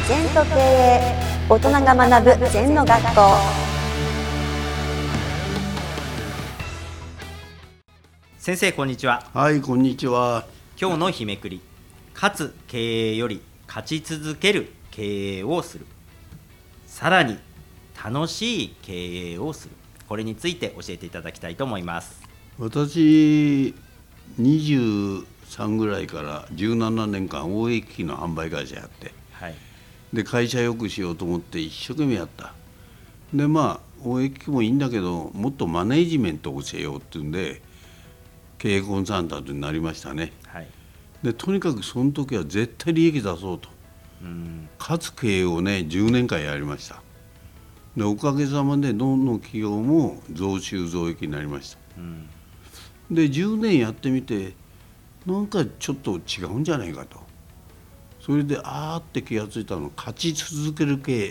全と経営、大人が学ぶ全の学校。 先生こんにちは。 はい、こんにちは。 今日の日めくり、勝つ経営より勝ち続ける経営をする、さらに楽しい経営をする、これについて教えていただきたいと思います。 私23ぐらいから17年間応益機の販売会社やって、 はい、 で会社よくしようと思って一生懸命やった。で応益機もいいんだけど、もっとマネージメントを教えようっていうんで経営コンサルタントになりましたね。 はい、 でとにかくその時は絶対利益出そうと、勝つ経営をね10年間やりました。でおかげさまでどの企業も増収増益になりました。で10年やってみてなんかちょっと違うんじゃないかと、それでって気がついたの、勝ち続ける経営、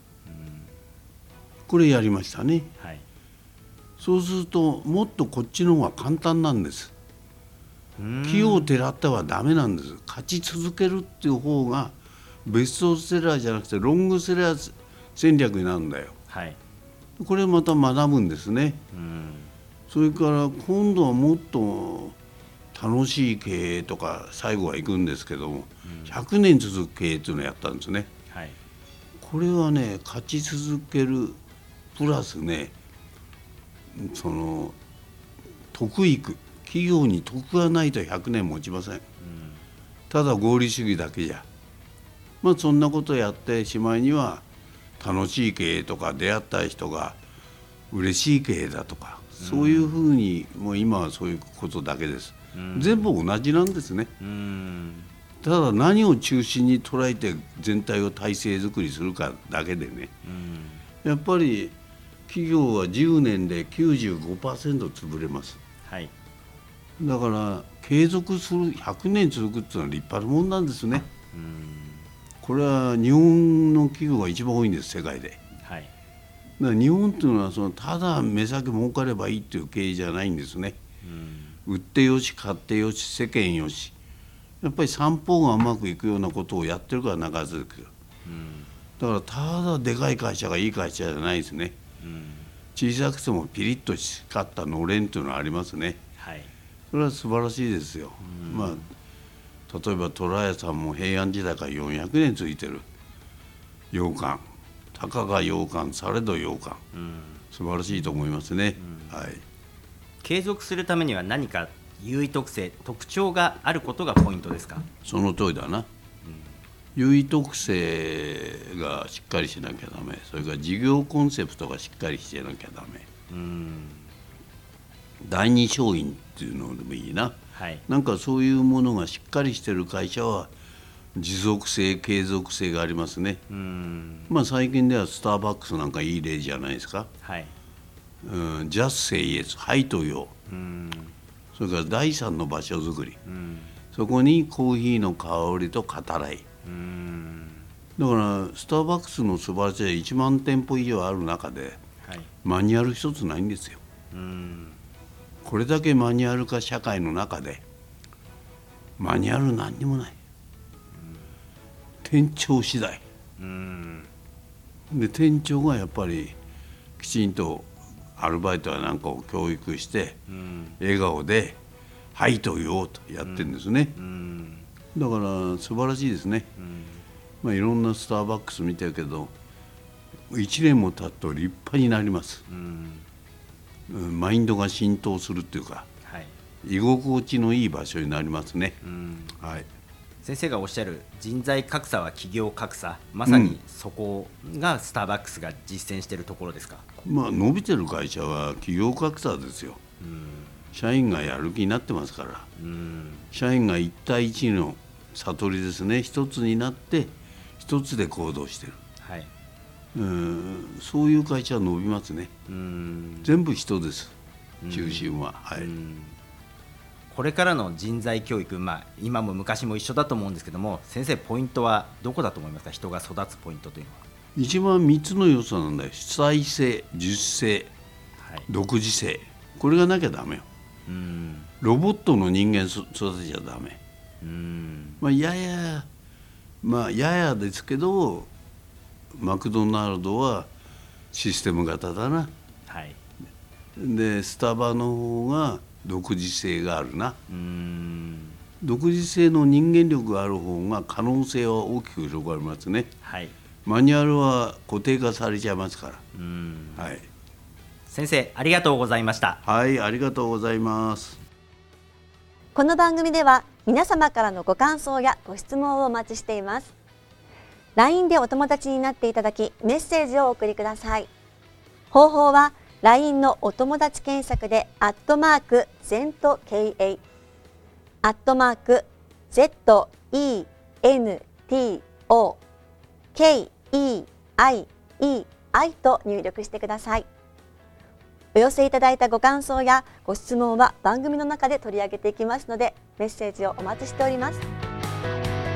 これやりましたね。 はい、 そうするともっとこっちの方が簡単なんです。奇をてらってはダメなんです。勝ち続けるっていう方がベストセラーじゃなくてロングセラー戦略になるんだよ。 はい、 これまた学ぶんですね。それから今度はもっと楽しい経営とか最後は行くんですけども、100年続く経営というのをやったんですね。 はい、 これはね勝ち続けるプラスね、その得意企業に得がないと100年持ちません。ただ合理主義だけじゃ、そんなことやってしまいには楽しい経営とか出会った人が嬉しい経営だとか、そういうふうにもう今はそういうことだけです。全部同じなんですね。ただ何を中心に捉えて全体を体制づくりするかだけでね、やっぱり企業は10年で 95% 潰れます。 はい、 だから継続する100年続くっていうのは立派なもんなんですね。これは日本の企業が一番多いんです、世界で。 はい、 だから日本っていうのはただ目先儲かればいいっていう経営じゃないんですね。売ってよし買ってよし世間よし、やっぱり三方がうまくいくようなことをやってるから長続く。だからただでかい会社がいい会社じゃないですね。小さくてもピリッと光ったのれんというのはありますね。 はい、 それは素晴らしいですよ。例えば虎屋さんも平安時代から400年続いてる。洋館たかが洋館されど洋館、素晴らしいと思いますね。はい、 継続するためには何か優位特性、特徴があることがポイントですか？ その通りだな。優位特性がしっかりしなきゃダメ、それから事業コンセプトがしっかりしてなきゃダメ。第二商品っていうのでもいいな。 はい、 なんかそういうものがしっかりしてる会社は持続性継続性がありますね。最近ではスターバックスなんかいい例じゃないですか。 はい、 Just say yes、はいと言おう。それから第三の場所づくり、そこにコーヒーの香りと語らい。だからスターバックスの素晴らしい1万店舗以上ある中で、 はい、 マニュアル一つないんですよ。これだけマニュアル化社会の中でマニュアル何にもない。店長次第。で店長がやっぱりきちんとアルバイトやなんかを教育して、笑顔で「はい」と言おうとやってるんですね。だから素晴らしいですね。いろんなスターバックス見てるけど1年も経つと立派になります。マインドが浸透するっていうか、 はい、 居心地のいい場所になりますね。はい、 先生がおっしゃる人材格差は企業格差、まさにそこがスターバックスが実践しているところですか？ 伸びてる会社は企業格差ですよ。社員がやる気になってますから、社員が一対一の悟りですね、一つになって一つで行動してる。はい、そういう会社は伸びますね。全部人です、中心は。はい、 これからの人材教育、今も昔も一緒だと思うんですけども、先生ポイントはどこだと思いますか？人が育つポイントというのは。 一番3つの要素なんだよ。主体性、自主性、独自性。これがなきゃダメよ。ロボットの人間育てちゃダメ。ややまあややですけどマクドナルドはシステム型だな。 はい。 でスタバの方が独自性があるな。独自性の人間力がある方が可能性は大きく広がりますね。 はい。 マニュアルは固定化されちゃいますから。はい。 先生ありがとうございました。 はい、ありがとうございます。 この番組では皆様からのご感想やご質問をお待ちしています。LINE でお友達になっていただきメッセージをお送りください。方法は LINE のお友達検索で@ZENTKEI@ZENTOKEIEI と入力してください。お寄せいただいたご感想やご質問は番組の中で取り上げていきますので、メッセージをお待ちしております。